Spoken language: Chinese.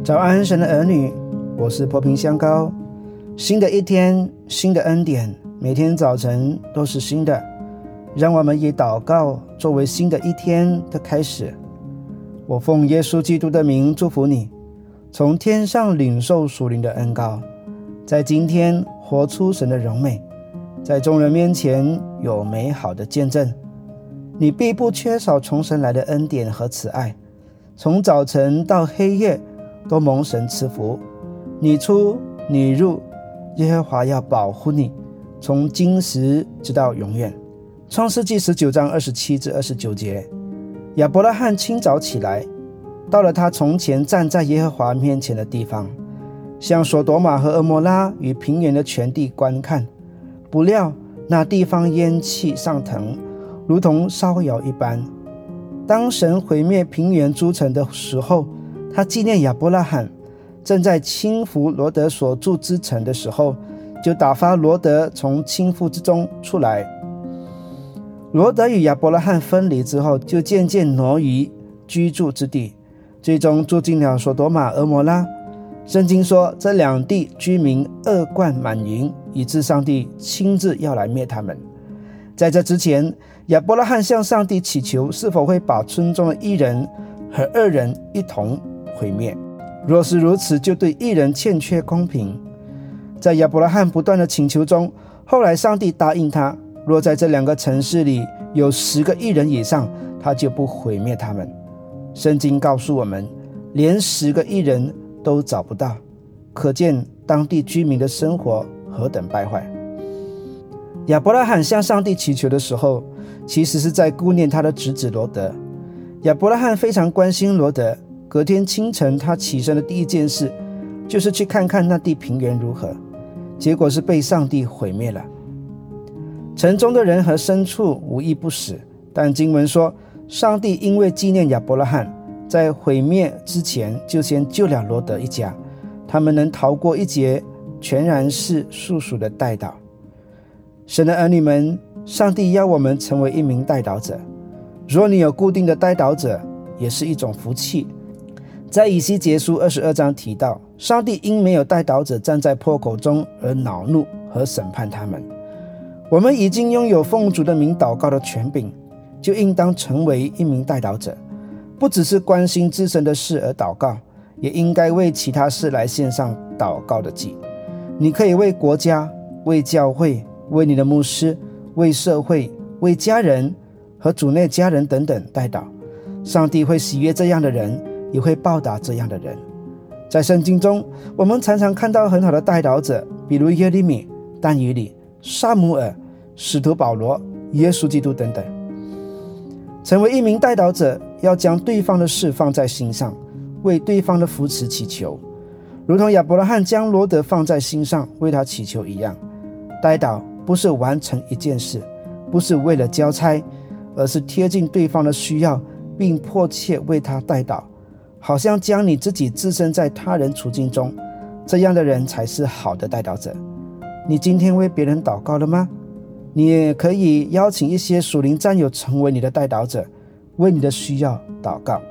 早安，神的儿女，我是破冰香膏。新的一天，新的恩典，每天早晨都是新的。让我们以祷告作为新的一天的开始。我奉耶稣基督的名祝福你，从天上领受属灵的恩膏，在今天活出神的荣美，在众人面前有美好的见证。你必不缺少从神来的恩典和慈爱，从早晨到黑夜都蒙神赐福。你出你入，耶和华要保护你，从今时直到永远。创世纪19章27至29节，亚伯拉罕清早起来，到了他从前站在耶和华面前的地方，向所多玛和蛾摩拉与平原的全地观看。不料那地方烟气上腾，如同烧窑一般。当神毁灭平原诸城的时候，他纪念亚伯拉罕，正在倾覆罗得所住之城的时候，就打发罗得从倾覆之中出来。罗得与亚伯拉罕分离之后，就渐渐挪移居住之地，最终住进了所多玛、蛾摩拉。圣经说，这两地居民恶贯满盈，以致上帝亲自要来灭他们。在这之前，亚伯拉罕向上帝祈求，是否会把村中的一人和二人一同毁灭。若是如此，就对一人欠缺公平。在亚伯拉罕不断的请求中，后来上帝答应他，若在这两个城市里有10个义人以上，他就不毁灭他们。圣经告诉我们，连10个义人都找不到，可见当地居民的生活何等败坏。亚伯拉罕向上帝祈求的时候，其实是在顾念他的侄子罗得。亚伯拉罕非常关心罗得，隔天清晨他起身的第一件事就是去看看那地平原如何，结果是被上帝毁灭了。城中的人和牲畜无一不死，但经文说，上帝因为纪念亚伯拉罕，在毁灭之前就先救了罗得一家，他们能逃过一劫，全然是属属的代祷。神的儿女们，上帝要我们成为一名代祷者。若你有固定的代祷者，也是一种福气。在以西结书22章提到，上帝因没有代祷者站在破口中而恼怒和审判他们。我们已经拥有奉主的名祷告的权柄，就应当成为一名代祷者，不只是关心自身的事而祷告，也应该为其他事来献上祷告的祭。你可以为国家、为教会、为你的牧师、为社会、为家人和主内家人等等代祷。上帝会喜悦这样的人，也会报答这样的人。在圣经中，我们常常看到很好的代祷者，比如耶利米、但以理、撒母耳、使徒保罗、耶稣基督等等。成为一名代祷者，要将对方的事放在心上，为对方的扶持祈求，如同亚伯拉罕将罗得放在心上，为他祈求一样。代祷不是完成一件事，不是为了交差，而是贴近对方的需要，并迫切为他代祷，好像将你自己置身在他人处境中。这样的人才是好的代祷者。你今天为别人祷告了吗？你也可以邀请一些属灵战友成为你的代祷者，为你的需要祷告。